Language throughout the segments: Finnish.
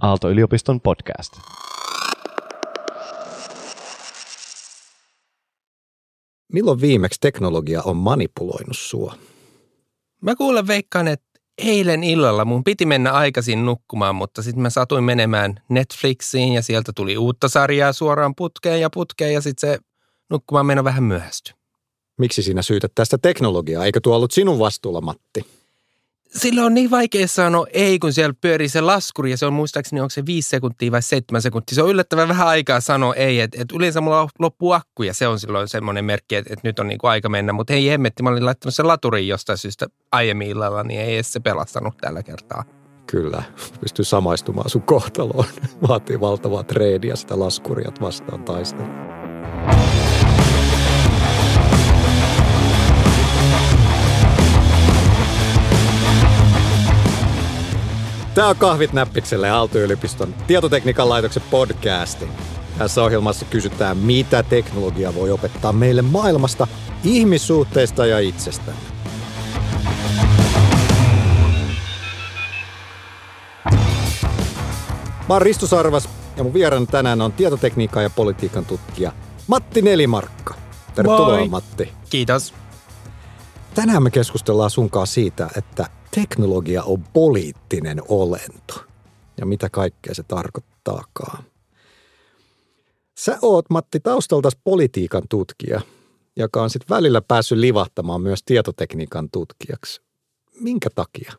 Aalto-yliopiston podcast. Milloin viimeksi teknologia on manipuloinut sua? Mä kuulen veikkaan, että eilen illalla mun piti mennä aikaisin nukkumaan, mutta sitten mä satuin menemään Netflixiin ja sieltä tuli uutta sarjaa suoraan putkeen ja sitten se nukkumaan meno vähän myöhästyi. Miksi sinä syytät tästä teknologiaa? Eikö tuo ollut sinun vastuulla, Matti? Sillä on niin vaikea sanoa ei, kun siellä pyörii se laskuri ja se on muistaakseni, onko se 5 sekuntia vai 7 sekuntia. Se on yllättävän vähän aikaa sanoa ei, että yleensä mulla loppuu akku ja se on silloin semmoinen merkki, että nyt on niinku aika mennä. Mutta hei hemmetti, mä olin laittanut sen laturiin jostain syystä aiemmin illalla, niin ei edes se pelastanut tällä kertaa. Kyllä, pystyy samaistumaan sun kohtaloon. Vaatii valtavaa treeniä sitä laskuria vastaan taistelua. Tämä on Kahvit näppikselle Aalto-yliopiston tietotekniikan laitoksen podcasti. Tässä ohjelmassa kysytään, mitä teknologia voi opettaa meille maailmasta, ihmissuhteista ja itsestämme. Mä oon Risto Sarvas ja mun vieraana tänään on tietotekniikan ja politiikan tutkija Matti Nelimarkka. Tervetuloa, Moi. Matti. Kiitos. Tänään me keskustellaan sunkaan siitä, että teknologia on poliittinen olento ja mitä kaikkea se tarkoittaakaan. Sä oot, Matti, taustaltasi politiikan tutkija, joka on sitten välillä päässyt livahtamaan myös tietotekniikan tutkijaksi. Minkä takia?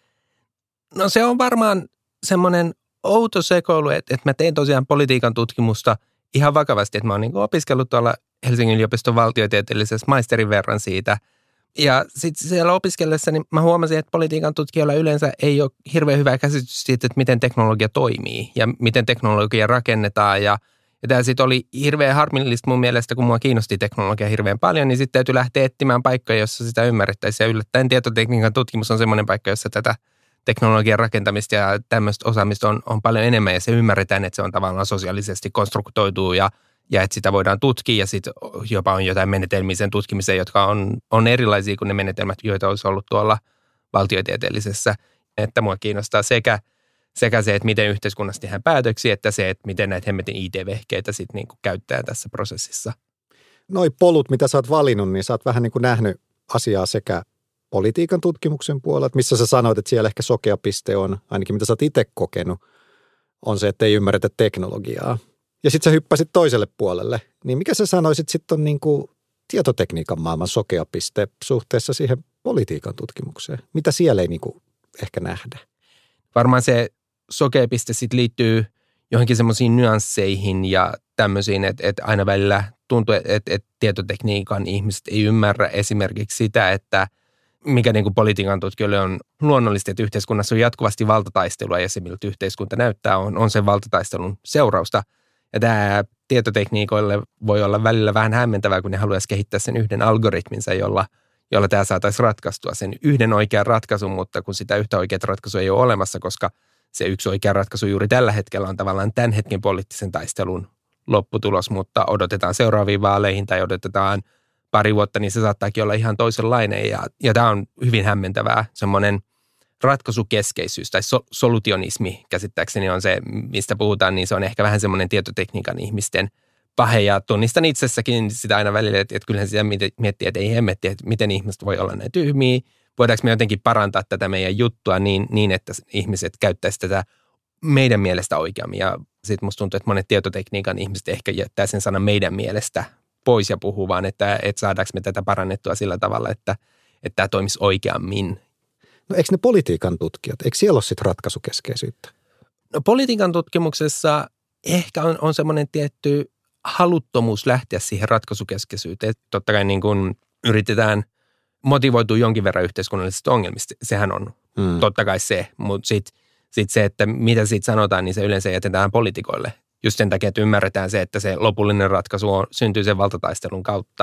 No se on varmaan semmoinen outo sekoilu, että mä tein tosiaan politiikan tutkimusta ihan vakavasti, että mä oon niinku opiskellut tuolla Helsingin yliopiston valtiotieteellisessä maisterin verran siitä. Ja sitten siellä opiskellessa niin mä huomasin, että politiikan tutkijoilla yleensä ei ole hirveän hyvää käsitys siitä, että miten teknologia toimii ja miten teknologia rakennetaan. Ja tämä sitten oli hirveän harmillista mun mielestä, kun mua kiinnosti teknologia hirveän paljon, niin sitten täytyy lähteä etsimään paikkoja, jossa sitä ymmärrettäisiin. Ja yllättäen tietotekniikan tutkimus on semmoinen paikka, jossa tätä teknologian rakentamista ja tämmöistä osaamista on paljon enemmän ja se ymmärretään, että se on tavallaan sosiaalisesti konstruktoituu ja että sitä voidaan tutkia ja sitten jopa on jotain menetelmiä sen tutkimiseen, jotka on erilaisia kuin ne menetelmät, joita olisi ollut tuolla valtiotieteellisessä. Että mua kiinnostaa sekä se, että miten yhteiskunnassa tehdään päätöksiä, että se, että miten näitä hemmetin IT-vehkeitä sitten niinku käyttää tässä prosessissa. Noi polut, mitä sä oot valinnut, niin sä oot vähän niin kuin nähnyt asiaa sekä politiikan tutkimuksen puolella, missä sä sanoit, että siellä ehkä sokea piste on, ainakin mitä sä oot itse kokenut, on se, että ei ymmärretä teknologiaa. Ja sitten sä hyppäsit toiselle puolelle. Niin mikä sä sanoisit sitten on niin kuin tietotekniikan maailman sokea piste suhteessa siihen politiikan tutkimukseen? Mitä siellä ei niin kuin ehkä nähdä? Varmaan se sokea piste sitten liittyy johonkin semmoisiin nyansseihin ja tämmöisiin, että aina välillä tuntuu, että tietotekniikan ihmiset ei ymmärrä esimerkiksi sitä, että mikä niin kuin politiikan tutkijoille on luonnollista, että yhteiskunnassa on jatkuvasti valtataistelua ja se, miltä yhteiskunta näyttää, on sen valtataistelun seurausta. Ja tämä tietotekniikoille voi olla välillä vähän hämmentävää, kun ne haluaisi kehittää sen yhden algoritminsa, jolla tämä saataisiin ratkaistua sen yhden oikean ratkaisun, mutta kun sitä yhtä oikeat ratkaisua ei ole olemassa, koska se yksi oikea ratkaisu juuri tällä hetkellä on tavallaan tämän hetken poliittisen taistelun lopputulos, mutta odotetaan seuraaviin vaaleihin tai odotetaan pari vuotta, niin se saattaakin olla ihan toisenlainen ja tämä on hyvin hämmentävää, semmoinen ratkaisukeskeisyys tai solutionismi käsittääkseni on se, mistä puhutaan, niin se on ehkä vähän semmoinen tietotekniikan ihmisten pahe ja tunnistan itsessäkin sitä aina välillä, että kyllähän sitä miettii, että ei hemmetti, että miten ihmiset voi olla näin tyhmiä, voidaanko me jotenkin parantaa tätä meidän juttua niin että ihmiset käyttäisivät tätä meidän mielestä oikeammin ja sitten musta tuntuu, että monet tietotekniikan ihmiset ehkä jättää sen sanan meidän mielestä pois ja puhuu vaan, että saadaanko me tätä parannettua sillä tavalla, että tämä toimisi oikeammin. No eikö ne politiikan tutkijat, eikö siellä ole sitten ratkaisukeskeisyyttä? No politiikan tutkimuksessa ehkä on semmoinen tietty haluttomuus lähteä siihen ratkaisukeskeisyyteen. Totta kai niin kuin yritetään motivoitua jonkin verran yhteiskunnallisista ongelmista. Sehän on totta kai se, mutta sitten se, että mitä siitä sanotaan, niin se yleensä jätetään poliitikoille. Just sen takia, että ymmärretään se, että se lopullinen ratkaisu syntyy sen valtataistelun kautta.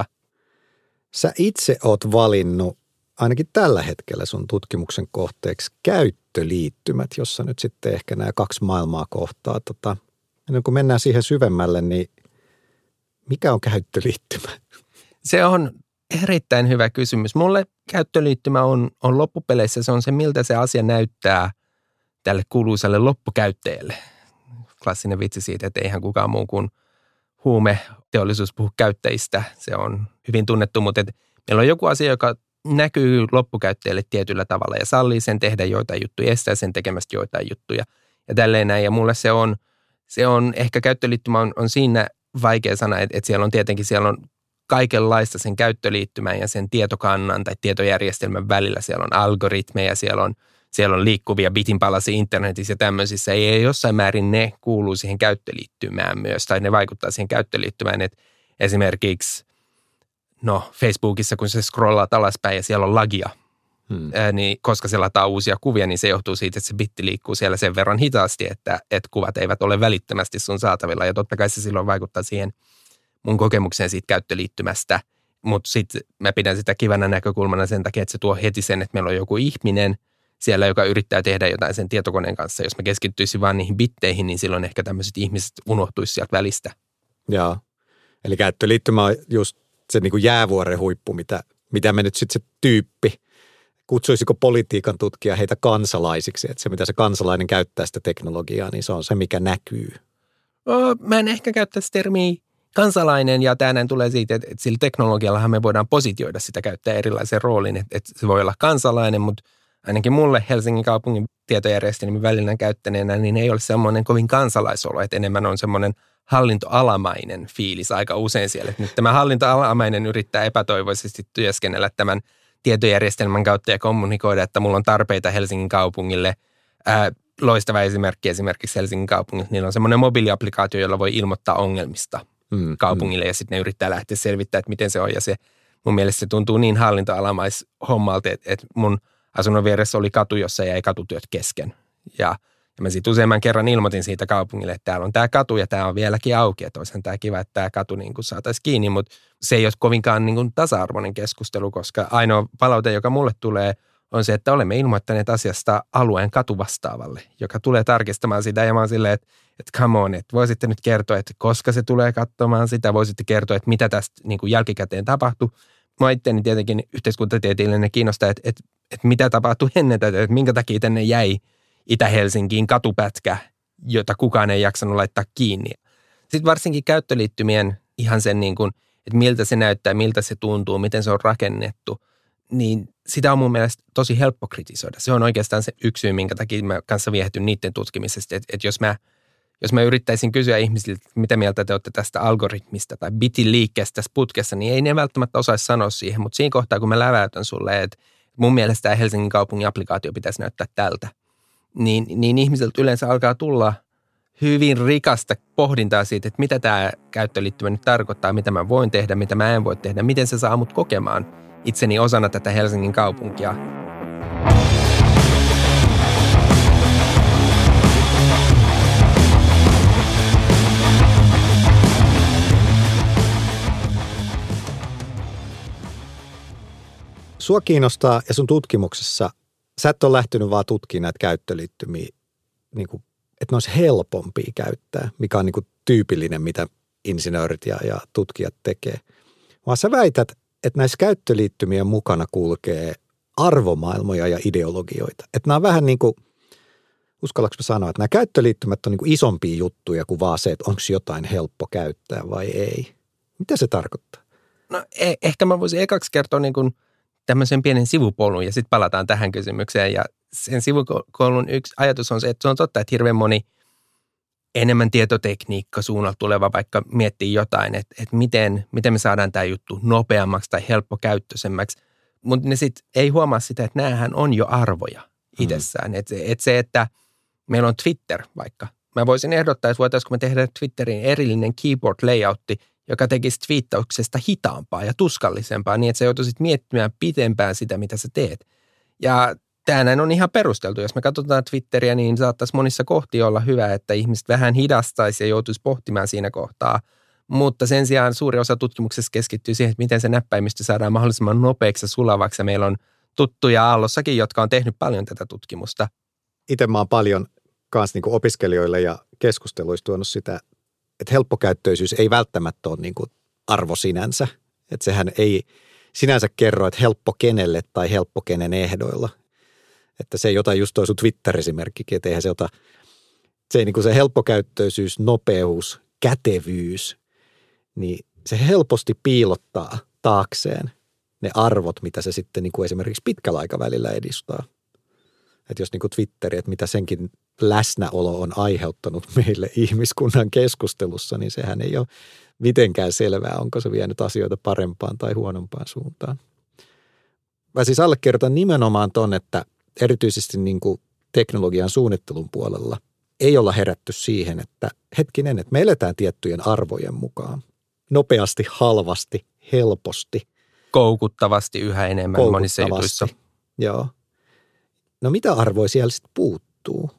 Sä itse oot valinnut ainakin tällä hetkellä sun tutkimuksen kohteeksi käyttöliittymät, jossa nyt sitten ehkä nämä kaksi maailmaa kohtaa. Ennen kuin mennään siihen syvemmälle, niin mikä on käyttöliittymä? Se on erittäin hyvä kysymys. Mulle käyttöliittymä on loppupeleissä, se on se, miltä se asia näyttää tälle kuuluisalle loppukäyttäjälle. Klassinen vitsi siitä, että eihän kukaan muu kuin huumeteollisuus puhu käyttäjistä. Se on hyvin tunnettu, mutta meillä on joku asia, joka näkyy loppukäyttäjälle tietyllä tavalla ja sallii sen tehdä joitain juttuja, estää sen tekemästä joitain juttuja ja tälleen näin. Ja mulle se on ehkä käyttöliittymä on siinä vaikea sana, että siellä on kaikenlaista sen käyttöliittymän ja sen tietokannan tai tietojärjestelmän välillä. Siellä on algoritmeja, siellä on liikkuvia bitinpalasia internetissä ja tämmöisissä. Ja jossain määrin ne kuuluu siihen käyttöliittymään myös, tai ne vaikuttaa siihen käyttöliittymään. Että esimerkiksi Facebookissa, kun se scrollaat alaspäin ja siellä on lagia, niin koska se lataa uusia kuvia, niin se johtuu siitä, että se bitti liikkuu siellä sen verran hitaasti, että kuvat eivät ole välittömästi sun saatavilla. Ja totta kai se silloin vaikuttaa siihen mun kokemukseen siitä käyttöliittymästä, mutta sitten mä pidän sitä kivänä näkökulmana sen takia, että se tuo heti sen, että meillä on joku ihminen siellä, joka yrittää tehdä jotain sen tietokoneen kanssa. Jos mä keskittyisin vaan niihin bitteihin, niin silloin ehkä tämmöiset ihmiset unohtuisi sieltä välistä. Joo, eli käyttöliittymä on just se niin kuin jäävuoren huippu, mitä me nyt sitten se tyyppi, kutsuisiko politiikan tutkija heitä kansalaisiksi, että se mitä se kansalainen käyttää sitä teknologiaa, niin se on se, mikä näkyy. Mä en ehkä käyttäisi termiä kansalainen, ja tämä näin tulee siitä, että sillä teknologiallahan me voidaan positioida sitä käyttää erilaisen roolin, että se voi olla kansalainen, mutta ainakin mulle Helsingin kaupungin tietojärjestelmän välillä käyttäneenä, niin ei ole semmoinen kovin kansalaisolo, että enemmän on semmoinen hallintoalamainen fiilis aika usein siellä. Että nyt tämä hallintoalamainen yrittää epätoivoisesti työskennellä tämän tietojärjestelmän kautta ja kommunikoida, että mulla on tarpeita Helsingin kaupungille. Loistava esimerkki esimerkiksi Helsingin kaupungissa. Niillä on semmoinen mobiiliaplikaatio, jolla voi ilmoittaa ongelmista kaupungille ja sitten ne yrittää lähteä selvittämään, että miten se on. Ja se mun mielestä se tuntuu niin hallintoalamaishommalta, että mun asunnon vieressä oli katu, jossa jäi katutyöt kesken. Ja mä sitten useamman kerran ilmoitin siitä kaupungille, että täällä on tämä katu ja tämä on vieläkin auki. Että olisihan tämä kiva, että tämä katu niin kuin saataisiin kiinni, mutta se ei ole kovinkaan niin kuin tasa-arvoinen keskustelu, koska ainoa palaute, joka mulle tulee, on se, että olemme ilmoittaneet asiasta alueen katuvastaavalle, joka tulee tarkistamaan sitä. Ja mä oon silleen, että come on, että voisitte nyt kertoa, että koska se tulee katsomaan sitä, voisitte kertoa, että mitä tästä niin kuin jälkikäteen tapahtui. Mä itseäni tietenkin yhteiskuntatieteellinen kiinnostaa, että mitä tapahtui ennen tätä, että minkä takia tänne jäi Itä-Helsinkiin katupätkä, jota kukaan ei jaksanut laittaa kiinni. Sitten varsinkin käyttöliittymien ihan sen, niin kuin, että miltä se näyttää, miltä se tuntuu, miten se on rakennettu, niin sitä on mun mielestä tosi helppo kritisoida. Se on oikeastaan se yksi syy, minkä takia mä kanssa viehätyn niiden tutkimisesta. Että jos mä yrittäisin kysyä ihmisiltä, mitä mieltä te olette tästä algoritmista tai bitin liikkeestä tässä putkessa, niin ei ne välttämättä osaisi sanoa siihen. Mutta siinä kohtaa, kun mä läväytän sulle, että mun mielestä tämä Helsingin kaupungin applikaatio pitäisi näyttää tältä, niin ihmisiltä yleensä alkaa tulla hyvin rikasta pohdintaa siitä, että mitä tämä käyttöliittymä nyt tarkoittaa, mitä mä voin tehdä, mitä mä en voi tehdä, miten se saa mut kokemaan itseni osana tätä Helsingin kaupunkia. Sua kiinnostaa ja sun tutkimuksessa, sä et ole lähtenyt vaan tutkimaan näitä käyttöliittymiä, niin kuin, että ne olisi helpompia käyttää, mikä on niin kuin tyypillinen, mitä insinöörit ja tutkijat tekee. Vaan sä väität, että näissä käyttöliittymien mukana kulkee arvomaailmoja ja ideologioita. Että nämä on vähän niin kuin, uskallanko mä sanoa, että nämä käyttöliittymät on niin kuin isompia juttuja kuin vaan se, että onko jotain helppo käyttää vai ei. Mitä se tarkoittaa? No ehkä mä voisin ekaksi kertoa niin kuin tämmöisen pienen sivupolun ja sitten palataan tähän kysymykseen. Ja sen sivupolun yksi ajatus on se, että se on totta, että hirveän moni enemmän tietotekniikka suunnalta tuleva vaikka miettii jotain, että miten me saadaan tämä juttu nopeammaksi tai helppokäyttöisemmäksi. Mutta ne sitten ei huomaa sitä, että näähän on jo arvoja itsessään. Että se, että meillä on Twitter vaikka. Mä voisin ehdottaa, että voitaisiinko me tehdä Twitterin erillinen keyboard layoutti, joka tekisi twiittauksesta hitaampaa ja tuskallisempaa niin, että sä joutuisit miettimään pitempään sitä, mitä sä teet. Ja tämä näin on ihan perusteltu. Jos me katsotaan Twitteriä, niin saattaisi monissa kohtia olla hyvä, että ihmiset vähän hidastaisi ja joutuisi pohtimaan siinä kohtaa. Mutta sen sijaan suuri osa tutkimuksessa keskittyy siihen, että miten se näppäimistö saadaan mahdollisimman nopeaksi ja sulavaksi. Ja meillä on tuttuja Aallossakin, jotka on tehnyt paljon tätä tutkimusta. Itse mä oon paljon kanssa niin kuin opiskelijoille ja keskusteluissa tuonut sitä, että helppokäyttöisyys ei välttämättä ole niin kuin arvo sinänsä. Että sehän ei sinänsä kerro, että helppo kenelle tai helppo kenen ehdoilla. Että se ei ota just toi sun Twitter-esimerkkikin, että eihän se ota, se ei niin kuin se helppokäyttöisyys, nopeus, kätevyys, niin se helposti piilottaa taakseen ne arvot, mitä se sitten niin kuin esimerkiksi pitkällä aikavälillä edistää. Että jos niin kuin Twitteri, että mitä senkin läsnäolo on aiheuttanut meille ihmiskunnan keskustelussa, niin sehän ei ole mitenkään selvää, onko se vienyt asioita parempaan tai huonompaan suuntaan. Mä siis allekirjoitan nimenomaan ton, että erityisesti niin kuin teknologian suunnittelun puolella ei olla herätty siihen, että hetkinen, että me eletään tiettyjen arvojen mukaan. Nopeasti, halvasti, helposti. Koukuttavasti yhä enemmän monissa jutuissa. Joo. No mitä arvoja siellä sitten puuttuu?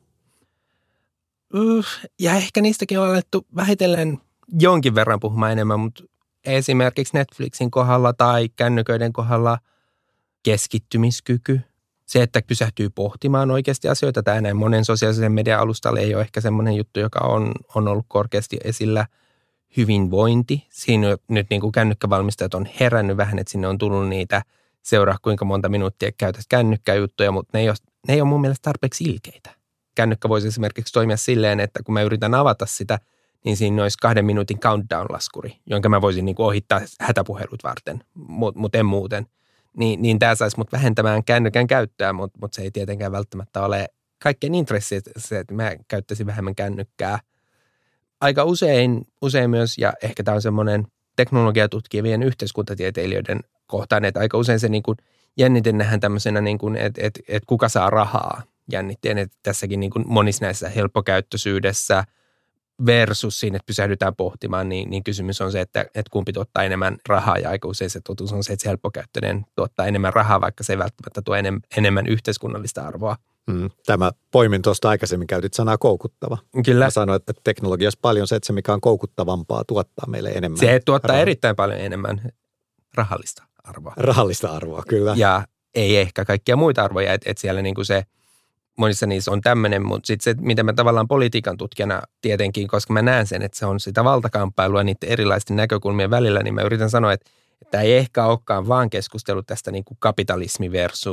Ja ehkä niistäkin on alettu vähitellen jonkin verran puhumaan enemmän, mutta esimerkiksi Netflixin kohdalla tai kännyköiden kohdalla keskittymiskyky. Se, että pysähtyy pohtimaan oikeasti asioita. Tämä näin monen sosiaalisen median alustalle ei ole ehkä semmoinen juttu, joka on ollut korkeasti esillä. Hyvinvointi. Siinä nyt niin kuin kännykkävalmistajat on herännyt vähän, että sinne on tullut niitä seuraa kuinka monta minuuttia käytät kännykkäjuttuja, mutta ne ei ole mun mielestä tarpeeksi ilkeitä. Kännykkä voisi esimerkiksi toimia silleen, että kun mä yritän avata sitä, niin siinä olisi 2 minuutin countdown-laskuri, jonka mä voisin niin kuin ohittaa hätäpuhelut varten, mutta en muuten. Niin tämä saisi mut vähentämään kännykän käyttöä, mutta se ei tietenkään välttämättä ole kaikkein intressi, että mä käyttäisin vähemmän kännykkää. Aika usein myös, ja ehkä tämä on semmoinen teknologiatutkivien yhteiskuntatieteilijöiden kohtaan, että aika usein se niin kuin jännite nähdään tämmöisenä, niin kuin, että kuka saa rahaa jännitteen, että tässäkin niin kuin monissa näissä helppokäyttöisyydessä versus siinä, että pysähdytään pohtimaan, niin kysymys on se, että kumpi tuottaa enemmän rahaa, ja aika usein se totuus on se, että se helppokäyttöinen tuottaa enemmän rahaa, vaikka se ei välttämättä tuo enemmän yhteiskunnallista arvoa. Tämä poimin tuosta aikaisemmin, käytit sanaa koukuttava. Kyllä. Mä sanoin, että teknologiassa paljon se, että se mikä on koukuttavampaa, tuottaa meille enemmän. Se tuottaa erittäin paljon enemmän rahallista arvoa. Rahallista arvoa, kyllä. Ja ei ehkä kaikkia muita arvoja, että siellä niin kuin se, monissa niissä on tämmöinen, mutta sitten se, mitä mä tavallaan politiikan tutkijana tietenkin, koska mä näen sen, että se on sitä valtakamppailua niiden erilaisten näkökulmien välillä, niin mä yritän sanoa, että ei ehkä olekaan vaan keskustelu tästä niin kuin kapitalismi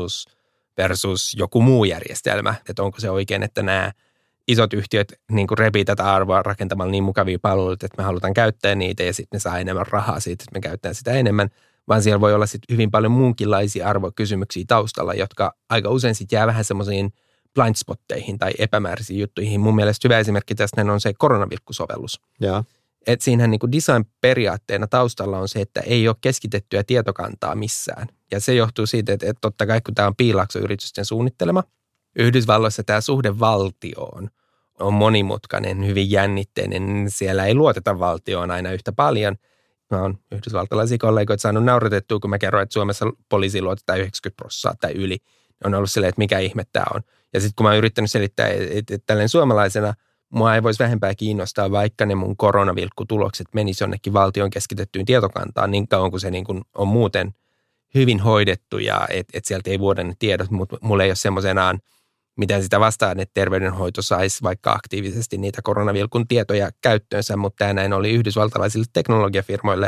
versus joku muu järjestelmä, että onko se oikein, että nämä isot yhtiöt niin kuin repii tätä arvoa rakentamalla niin mukavia palveluita, että me halutaan käyttää niitä ja sitten ne saa enemmän rahaa siitä, että me käytetään sitä enemmän, vaan siellä voi olla sitten hyvin paljon muunkinlaisia arvokysymyksiä taustalla, jotka aika usein sitten jää vähän semmoisiin blindspotteihin tai epämääräisiin juttuihin. Mun mielestä hyvä esimerkki tästä on se koronavilkkusovellus. Ja. Et siinähän niin kuin design-periaatteena taustalla on se, että ei ole keskitettyä tietokantaa missään. Ja se johtuu siitä, että totta kai kun tämä on piilaksoyritysten suunnittelema, Yhdysvalloissa tämä suhde valtioon on monimutkainen, hyvin jännitteinen. Siellä ei luoteta valtioon aina yhtä paljon. Mä oon yhdysvaltalaisia kollegoita saanut nauratettua, kun mä kerroin, että Suomessa poliisiin luotetaan 90% tai yli. On ollut silleen, että mikä ihme tämä on. Ja sitten kun mä oon yrittänyt selittää, että tällainen suomalaisena mua ei voisi vähempää kiinnostaa, vaikka ne mun koronavilkkutulokset menis jonnekin valtion keskitettyyn tietokantaan, niin kauan kuin se niin kuin on muuten hyvin hoidettu ja että sieltä ei vuoda ne tiedot, mutta mulla ei ole semmoisenaan mitään sitä vastaan, että terveydenhoito saisi vaikka aktiivisesti niitä koronavilkun tietoja käyttöönsä, mutta tämä näin oli yhdysvaltalaisille teknologiafirmoille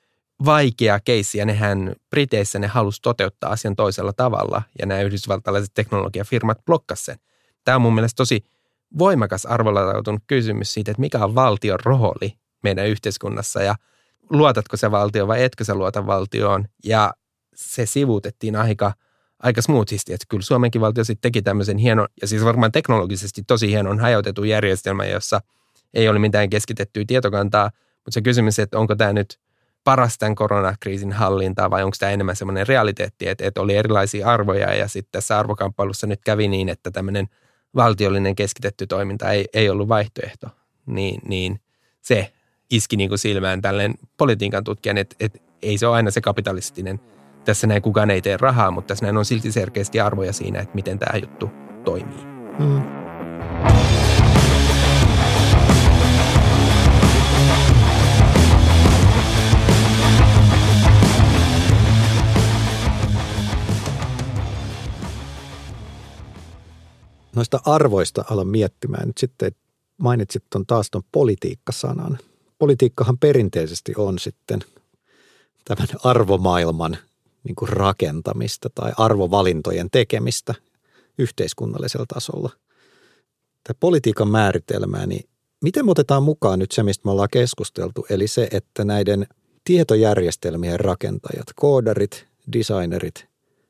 vaikea keissi, ja nehän Briteissä ne halusi toteuttaa asian toisella tavalla, ja nämä yhdysvaltalaiset teknologiafirmat blokkasivat sen. Tämä on mun mielestä tosi voimakas arvolatautunut kysymys siitä, että mikä on valtion rooli meidän yhteiskunnassa, ja luotatko sä valtioon vai etkö sä luota valtioon, ja se sivuutettiin aika smoothisti, että kyllä Suomenkin valtio sitten teki tämmöisen hienon, ja siis varmaan teknologisesti tosi hienon hajautetun järjestelmän, jossa ei ole mitään keskitettyä tietokantaa, mutta se kysymys, että onko tämä nyt paras tämän koronakriisin hallintaa vai onko tämä enemmän semmoinen realiteetti, että oli erilaisia arvoja ja sitten tässä arvokamppailussa nyt kävi niin, että tämmöinen valtiollinen keskitetty toiminta ei ollut vaihtoehto, niin se iski niin kuin silmään tälleen politiikan tutkijan, että ei se ole aina se kapitalistinen. Tässä näin kukaan ei tee rahaa, mutta tässä näin on silti selkeästi arvoja siinä, että miten tämä juttu toimii. Noista arvoista alan miettimään. Nyt sitten mainitsit taas ton politiikkasanan. Politiikkahan perinteisesti on sitten tämän arvomaailman niin kuin rakentamista tai arvovalintojen tekemistä. yhteiskunnallisella tasolla. Tämä politiikan määritelmää, niin miten me otetaan mukaan nyt se, mistä me ollaan keskusteltu, eli se, että näiden tietojärjestelmien rakentajat, koodarit, designerit,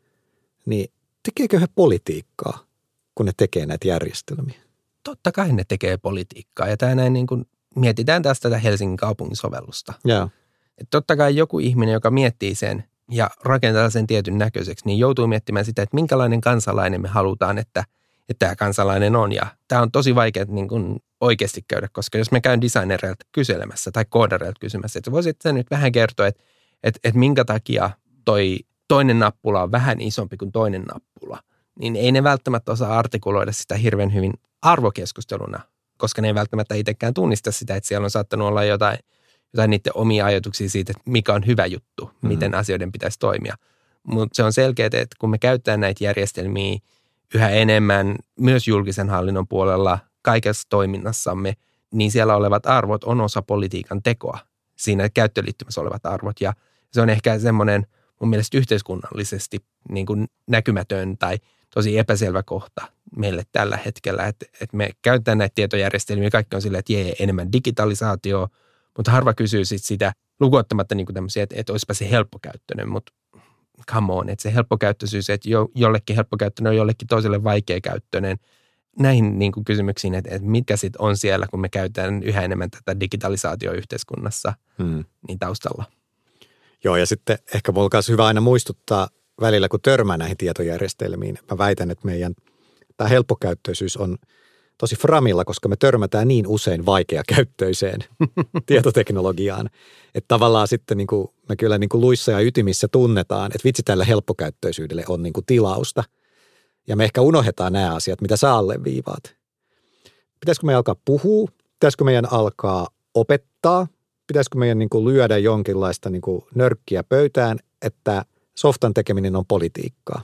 niin tekeekö he politiikkaa, kun ne tekee näitä järjestelmiä? Totta kai ne tekee politiikkaa ja tämä näin niin kuin mietitään tästä tätä Helsingin kaupungin sovellusta. Joo. Että totta kai joku ihminen, joka miettii sen ja rakentaa sen tietyn näköiseksi, niin joutuu miettimään sitä, että minkälainen kansalainen me halutaan, että tämä kansalainen on. Ja tämä on tosi vaikea niin kuin oikeasti käydä, koska jos me käyn designereilta kyselemässä tai koodareilta kysymässä, että voisitko nyt vähän kertoa, että minkä takia toi toinen nappula on vähän isompi kuin toinen nappula, niin ei ne välttämättä osaa artikuloida sitä hirveän hyvin arvokeskusteluna, koska ne ei välttämättä itsekään tunnista sitä, että siellä on saattanut olla jotain niiden omia ajatuksia siitä, että mikä on hyvä juttu, miten asioiden pitäisi toimia. Mutta se on selkeää, että kun me käytetään näitä järjestelmiä yhä enemmän myös julkisen hallinnon puolella kaikessa toiminnassamme, niin siellä olevat arvot on osa politiikan tekoa, siinä käyttöliittymässä olevat arvot. Ja se on ehkä semmoinen mun mielestä yhteiskunnallisesti niin kuin näkymätön tai tosi epäselvä kohta meille tällä hetkellä, että me käytetään näitä tietojärjestelmiä, kaikki on silleen, että enemmän digitalisaatio, mutta harva kysyy sitä lukuottamatta niin kuin tämmöisiä, että olisipa se helppokäyttöinen, mutta come on, että se helppokäyttöisyys, että jollekin helppokäyttöinen on jollekin toiselle vaikeakäyttöinen. Näihin niin kuin kysymyksiin, että mitkä sitten on siellä, kun me käytetään yhä enemmän tätä digitalisaatioa yhteiskunnassa niin taustalla. Joo, ja sitten ehkä mulla olisi hyvä aina muistuttaa välillä, kun törmää näihin tietojärjestelmiin. Mä väitän, että meidän tämä helppokäyttöisyys on tosi framilla, koska me törmätään niin usein vaikeakäyttöiseen tietoteknologiaan. Että tavallaan sitten niin kuin me kyllä niin kuin luissa ja ytimissä tunnetaan, että vitsi tällä helppokäyttöisyydelle on niin kuin tilausta. Ja me ehkä unohdetaan nämä asiat, mitä sä alleviivaat. Pitäisikö meidän alkaa puhua? Pitäisikö meidän alkaa opettaa? Pitäisikö meidän niin kuin lyödä jonkinlaista niin kuin nörkkiä pöytään, että softan tekeminen on politiikkaa?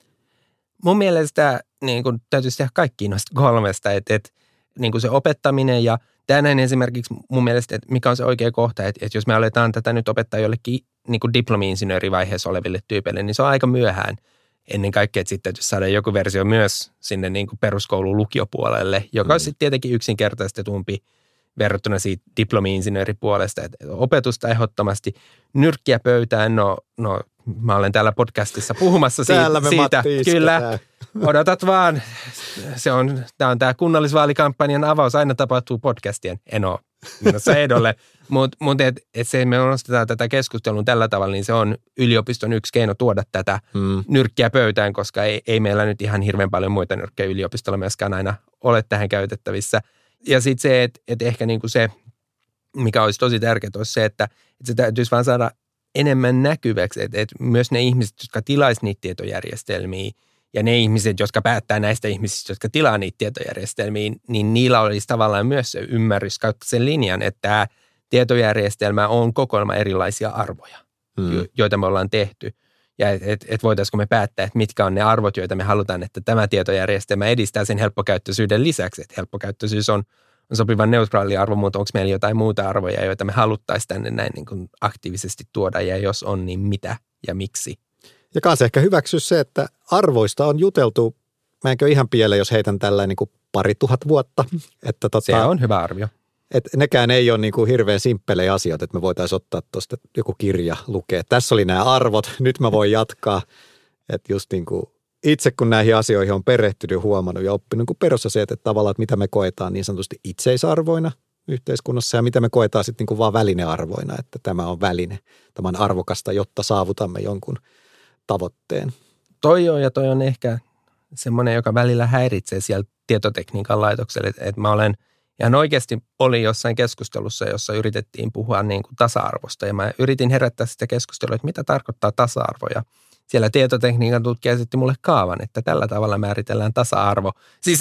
Mun mielestä niin kuin täytyisi tehdä kaikkiin noista kolmesta, että niin kuin se opettaminen ja tänään esimerkiksi mun mielestä, että mikä on se oikea kohta, että jos me aletaan tätä nyt opettaa jollekin niin kuin diplomi-insinöörivaiheessa oleville tyypeille, niin se on aika myöhään. Ennen kaikkea, että sitten täytyisi saada joku versio myös sinne niin kuin peruskoulun lukiopuolelle, joka on sitten tietenkin yksinkertaistetumpi verrattuna siitä diplomi-insinööripuolesta. Että opetusta ehdottomasti nyrkkiä pöytään, no mä olen täällä podcastissa puhumassa siitä. Kyllä, odotat vaan. Tämä on tämä kunnallisvaalikampanjan avaus, aina tapahtuu podcastien. En ole menossa ehdolle, mutta se me nostetaan tätä keskustelua tällä tavalla, niin se on yliopiston yksi keino tuoda tätä nyrkkiä pöytään, koska ei meillä nyt ihan hirveän paljon muita nyrkkejä yliopistolla myöskään aina ole tähän käytettävissä. Ja sitten se, että ehkä niinku se, mikä olisi tosi tärkeää, olisi se, että se täytyisi vaan saada enemmän näkyväksi, että myös ne ihmiset, jotka tilaisivat niitä tietojärjestelmiä ja ne ihmiset, jotka päättää näistä ihmisistä, jotka tilaa niitä tietojärjestelmiä, niin niillä olisi tavallaan myös se ymmärrys kautta sen linjan, että tämä tietojärjestelmä on kokoelma erilaisia arvoja, joita me ollaan tehty. Ja että voitaisiinko me päättää, että mitkä on ne arvot, joita me halutaan, että tämä tietojärjestelmä edistää sen helppokäyttöisyyden lisäksi. Että helppokäyttöisyys on sopivan neutraali arvo, mutta onko meillä jotain muuta arvoja, joita me haluttaisiin tänne näin niin kuin aktiivisesti tuoda, ja jos on, niin mitä ja miksi. Ja kanssa ehkä hyväksyä se, että arvoista on juteltu, mä enkö ihan pieleen, jos heitän tällä niin kuin 2000 vuotta. Että se on hyvä arvio. Että nekään ei ole niin kuin hirveän simppelejä asioita, että me voitaisiin ottaa tuosta joku kirja lukea. Tässä oli nämä arvot, nyt mä voin jatkaa. Että just niin kuin itse kun näihin asioihin on perehtynyt, huomannut ja oppinut niin perusasiat, että tavallaan, että mitä me koetaan niin sanotusti itseisarvoina yhteiskunnassa ja mitä me koetaan sitten niin kuin vaan välinearvoina, että tämä on väline, tämä on arvokasta, jotta saavutamme jonkun tavoitteen. Toi on ehkä semmoinen, joka välillä häiritsee siellä tietotekniikan laitoksella, että mä olen ihan oikeasti oli jossain keskustelussa, jossa yritettiin puhua niin kuin tasa-arvosta ja mä yritin herättää sitä keskustelua, että mitä tarkoittaa tasa-arvo ja siellä tietotekniikan tutkija esitti mulle kaavan, että tällä tavalla määritellään tasa-arvo.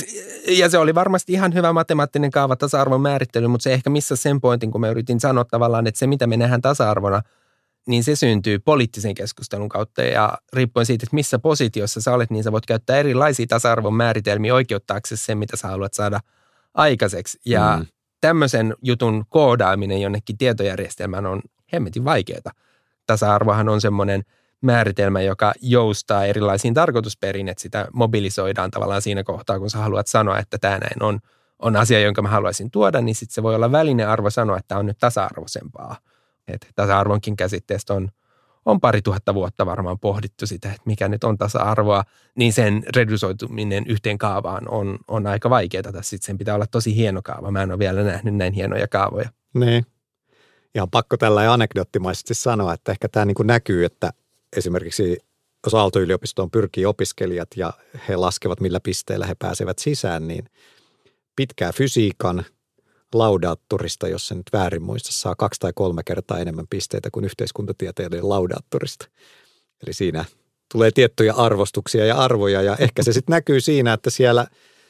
Ja se oli varmasti ihan hyvä matemaattinen kaava tasa-arvon määrittely, mutta se ehkä missä sen pointin, kun mä yritin sanoa tavallaan, että se mitä me nähdään tasa-arvona, niin se syntyy poliittisen keskustelun kautta ja riippuen siitä, että missä positiossa sä olet, niin sä voit käyttää erilaisia tasa-arvon määritelmiä oikeuttaaksesi sen, mitä sä haluat saada aikaiseksi. Ja tämmöisen jutun koodaaminen jonnekin tietojärjestelmään on hemmetin vaikeaa. Tasa-arvohan on semmoinen määritelmä, joka joustaa erilaisiin tarkoitusperiin, että sitä mobilisoidaan tavallaan siinä kohtaa, kun sä haluat sanoa, että tämä näin on asia, jonka mä haluaisin tuoda, niin sitten se voi olla välinearvo sanoa, että tämä on nyt tasa-arvoisempaa. Että tasa-arvonkin käsitteestä on 2000 vuotta varmaan pohdittu sitä, että mikä nyt on tasa-arvoa, niin sen redusoituminen yhteen kaavaan on aika vaikeaa. Sitten sen pitää olla tosi hieno kaava. Mä en ole vielä nähnyt näin hienoja kaavoja. Niin. Ihan pakko tällä anekdoottimaisesti sanoa, että ehkä tämä niin kuin näkyy, että esimerkiksi jos Aalto-yliopistoon pyrkii opiskelijat ja he laskevat, millä pisteellä he pääsevät sisään, niin pitkää fysiikan laudaattorista, jos se nyt väärin muista, saa 2 tai 3 kertaa enemmän pisteitä kuin yhteiskuntatieteiden laudaattorista. Eli siinä tulee tiettyjä arvostuksia ja arvoja, ja ehkä se sitten näkyy siinä, että siellä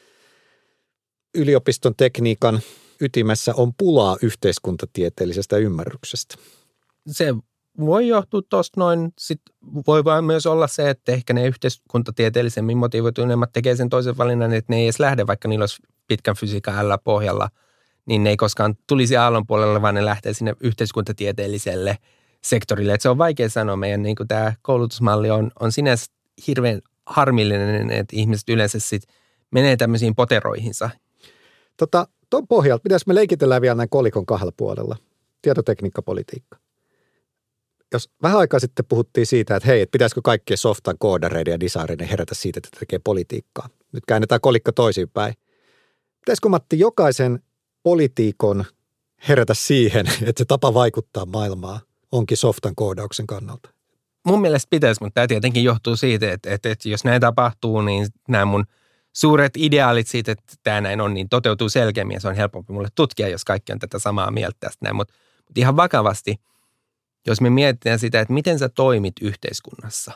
yliopiston tekniikan ytimessä on pulaa yhteiskuntatieteellisestä ymmärryksestä. Se voi johtua tuosta noin. Sitten voi vaan myös olla se, että ehkä ne yhteiskuntatieteellisemmin motivoituneemmat tekee sen toisen valinnan, että ne ei edes lähde, vaikka niillä olisi pitkän fysiikan pohjalla, niin ne ei koskaan tulisi aallon puolelle, vaan ne lähtee sinne yhteiskuntatieteelliselle sektorille. Että se on vaikea sanoa. Meidän niin kuin tämä koulutusmalli on sinänsä hirveän harmillinen, että ihmiset yleensä sitten menee tämmöisiin poteroihinsa. Tuon pohjalta, pitäisi me leikitellään vielä näin kolikon 2 puolella, tietotekniikkapolitiikka. Jos vähän aikaa sitten puhuttiin siitä, että hei, että pitäisikö kaikkien softan koodareiden ja designereiden herätä siitä, että tekee politiikkaa. Nyt käännetään kolikka toisinpäin. Pitäisikö, Matti, jokaisen poliitikon herätä siihen, että se tapa vaikuttaa maailmaan onkin softan koodauksen kannalta? Mun mielestä pitäisi, mutta tämä tietenkin johtuu siitä, että jos näin tapahtuu, niin nämä mun suuret ideaalit siitä, että tämä näin on, niin toteutuu selkeämmin ja se on helpompi mulle tutkia, jos kaikki on tätä samaa mieltä tästä näin. Mutta ihan vakavasti, jos me mietitään sitä, että miten sä toimit yhteiskunnassa,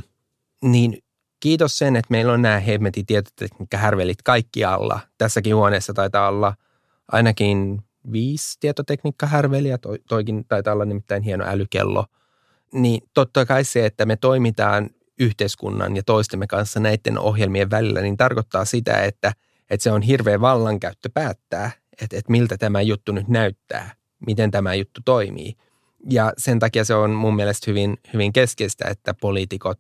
niin kiitos sen, että meillä on nämä hemmetin tietotekniikkahärvelit kaikkialla. Tässäkin huoneessa taitaa olla ainakin 5 tietotekniikkahärveliä, toikin taitaa olla nimittäin hieno älykello. Niin totta kai se, että me toimitaan yhteiskunnan ja toistemme kanssa näiden ohjelmien välillä, niin tarkoittaa sitä, että se on hirveä vallankäyttö päättää, että miltä tämä juttu nyt näyttää, miten tämä juttu toimii. Ja sen takia se on mun mielestä hyvin, hyvin keskeistä, että poliitikot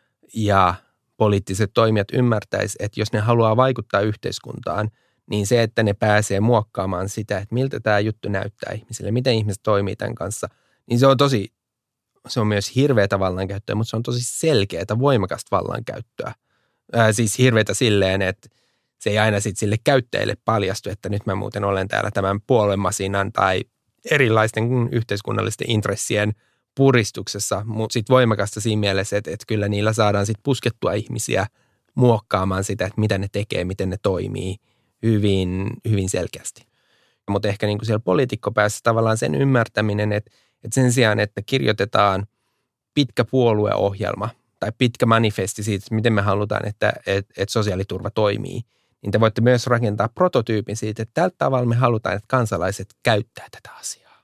ja poliittiset toimijat ymmärtäisivät, että jos ne haluaa vaikuttaa yhteiskuntaan, niin se, että ne pääsee muokkaamaan sitä, että miltä tämä juttu näyttää ihmisille, miten ihmiset toimii tämän kanssa, niin se on myös hirveätä vallankäyttöä, mutta se on tosi selkeätä, voimakasta vallankäyttöä. Siis hirveätä silleen, että se ei aina sitten sille käyttäjille paljastu, että nyt mä muuten olen täällä tämän puoluemasinan tai erilaisten yhteiskunnallisten intressien puristuksessa, mutta sitten voimakasta siinä mielessä, että kyllä niillä saadaan sitten puskettua ihmisiä muokkaamaan sitä, että mitä ne tekee, miten ne toimii hyvin, hyvin selkeästi. Mutta ehkä niin kuin siellä poliitikkopäässä tavallaan sen ymmärtäminen, että sen sijaan, että kirjoitetaan pitkä puolueohjelma tai pitkä manifesti siitä, että miten me halutaan, että sosiaaliturva toimii, niin te voitte myös rakentaa prototyypin siitä, että tällä tavalla me halutaan, että kansalaiset käyttää tätä asiaa.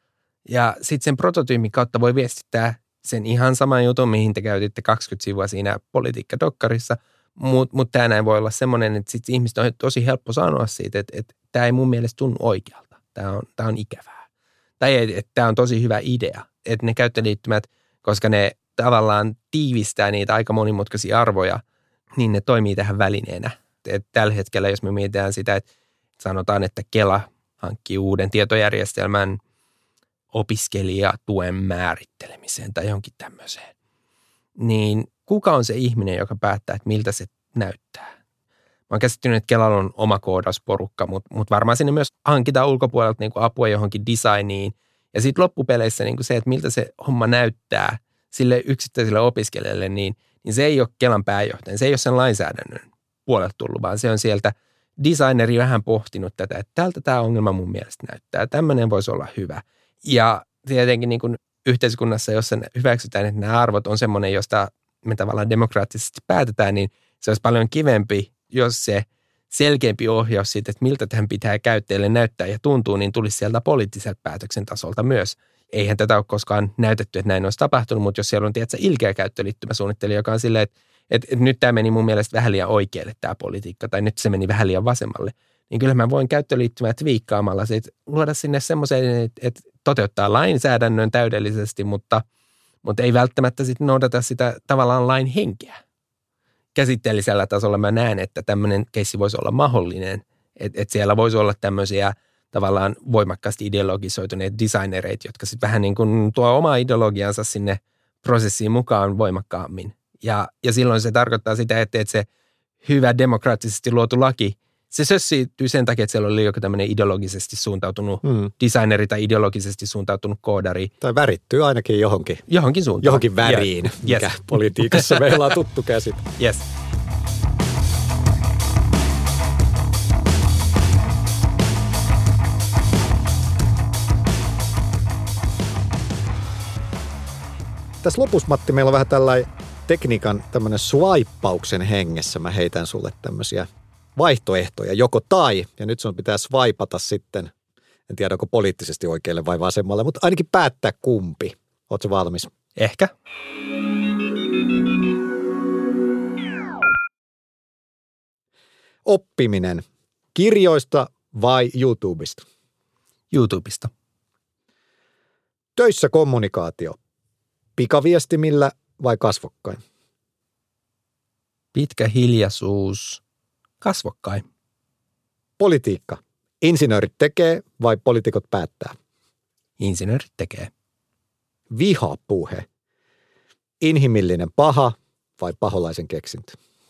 Ja sitten sen prototyypin kautta voi viestittää sen ihan saman jutun, mihin te käytitte 20 sivua siinä politiikkadokkarissa, mutta tämä näin voi olla semmoinen, että sitten ihmiset on tosi helppo sanoa siitä, että tämä ei mun mielestä tunnu oikealta, tämä on ikävää. Tai että tämä on tosi hyvä idea, että ne käyttöliittymät, koska ne tavallaan tiivistää niitä aika monimutkaisia arvoja, niin ne toimii tähän välineenä. Et tällä hetkellä, jos me mietitään sitä, että sanotaan, että Kela hankkii uuden tietojärjestelmän opiskelijatuen määrittelemiseen tai johonkin tämmöiseen, niin kuka on se ihminen, joka päättää, että miltä se näyttää? Mä oon käsittänyt, että Kelalla on oma koodausporukka, mutta varmaan sinne myös hankitaan ulkopuolelta niin kuin apua johonkin designiin. Ja sitten loppupeleissä niin kuin se, että miltä se homma näyttää sille yksittäiselle opiskelijalle, niin se ei ole Kelan pääjohtajan, se ei ole sen lainsäädännön puolelta tullut, vaan se on sieltä designeri vähän pohtinut tätä, että tältä tämä ongelma mun mielestä näyttää. Tämmöinen voisi olla hyvä. Ja tietenkin niin kuin yhteiskunnassa, jossa hyväksytään, että nämä arvot on semmoinen, josta me tavallaan demokraattisesti päätetään, niin se olisi paljon kivempi, jos se selkeämpi ohjaus siitä, että miltä tähän pitää käyttäjille näyttää ja tuntuu, niin tulisi sieltä poliittiselta päätöksen tasolta myös. Eihän tätä ole koskaan näytetty, että näin olisi tapahtunut, mutta jos siellä on tietysti ilkeä käyttöliittymäsuunnittelija, joka on silleen, että nyt tämä meni mun mielestä vähän liian oikealle tämä politiikka, tai nyt se meni vähän liian vasemmalle, niin kyllä mä voin käyttöliittymää twiikkaamalla luoda sinne semmoisen, että toteuttaa lainsäädännön täydellisesti, mutta mutta ei välttämättä sitten noudata sitä tavallaan lain henkeä. Käsitteellisellä tasolla mä näen, että tämmöinen keissi voisi olla mahdollinen, että siellä voisi olla tämmöisiä tavallaan voimakkaasti ideologisoituneet designereita, jotka sitten vähän niin kuin tuo omaa ideologiansa sinne prosessiin mukaan voimakkaammin. Ja silloin se tarkoittaa sitä, että se hyvä demokraattisesti luotu laki, se sössiytyy sen takia, että siellä oli joku tämmöinen ideologisesti suuntautunut designeri tai ideologisesti suuntautunut koodari. Tai värittyy ainakin johonkin. Johonkin suuntaan. Johonkin väriin, mikä politiikassa meillä on tuttu käsite. Yes. Tässä lopussa, Matti, meillä on vähän tällainen tekniikan tämmöinen swipeauksen hengessä. Mä heitän sulle tämmöisiä vaihtoehtoja, joko tai, ja nyt sun pitää swipata sitten, en tiedä onko poliittisesti oikealle vai vasemmalle, mutta ainakin päättää kumpi. Ootko valmis? Ehkä. Oppiminen. Kirjoista vai YouTubesta? YouTubesta. Töissä kommunikaatio. Pikaviestimillä vai kasvokkain? Pitkä hiljaisuus. Kasvokkain. Politiikka. Insinöörit tekee vai poliitikot päättää? Insinöörit tekee. Vihapuhe. Inhimillinen paha vai paholaisen keksintö?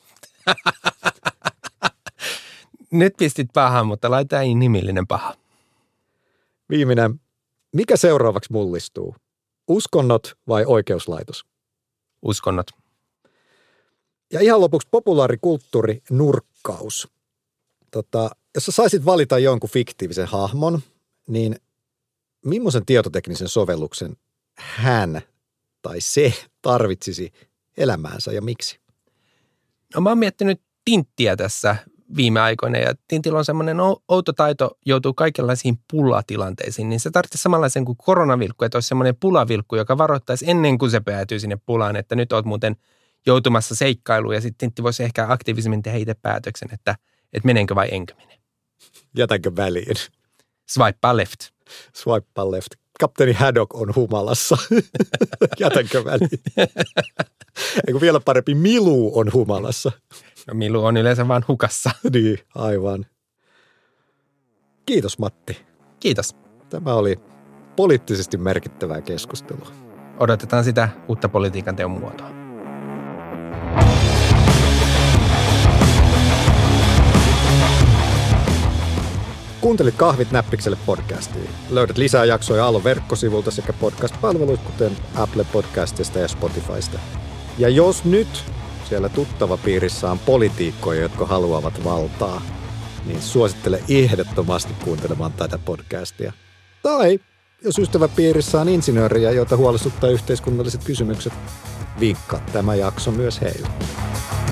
Nyt pistit pahaa, mutta laita inhimillinen paha. Viimeinen. Mikä seuraavaksi mullistuu? Uskonnot vai oikeuslaitos? Uskonnot. Ja ihan lopuksi populaarikulttuuri nurkkaus. Jos sä saisit valita jonkun fiktiivisen hahmon, niin millaisen tietoteknisen sovelluksen hän tai se tarvitsisi elämäänsä ja miksi? No mä oon miettinyt Tinttiä tässä viime aikoina ja Tintillä on semmoinen outo taito joutuu kaikenlaisiin pulatilanteisiin, niin se tarvitsisi samanlaisen kuin koronavilkku, että olisi semmoinen pulavilkku, joka varoittaisi ennen kuin se päätyy sinne pulaan, että nyt oot muuten joutumassa seikkailuun ja sitten Tintti voisi ehkä aktiivisemmin tehdä itse päätöksen, että menenkö vai enkö mene. Jätänkö väliin? Swipea left. Swipea left. Kapteeni Haddock on humalassa. Jätänkö väliin? Eikö vielä parempi, Milu on humalassa. No Milu on yleensä vaan hukassa. Niin, aivan. Kiitos Matti. Kiitos. Tämä oli poliittisesti merkittävää keskustelua. Odotetaan sitä uutta politiikan teon muotoa. Kuuntelit Kahvit näppikselle podcastiin. Löydät lisää jaksoja Aallon verkkosivulta sekä podcast-palveluita, kuten Apple Podcastista ja Spotifysta. Ja jos nyt siellä tuttava piirissä on poliitikkoja, jotka haluavat valtaa, niin suosittele ehdottomasti kuuntelemaan tätä podcastia. Tai jos ystäväpiirissä on insinööriä, joita huolestuttaa yhteiskunnalliset kysymykset, vinkkaa tämä jakso myös heille.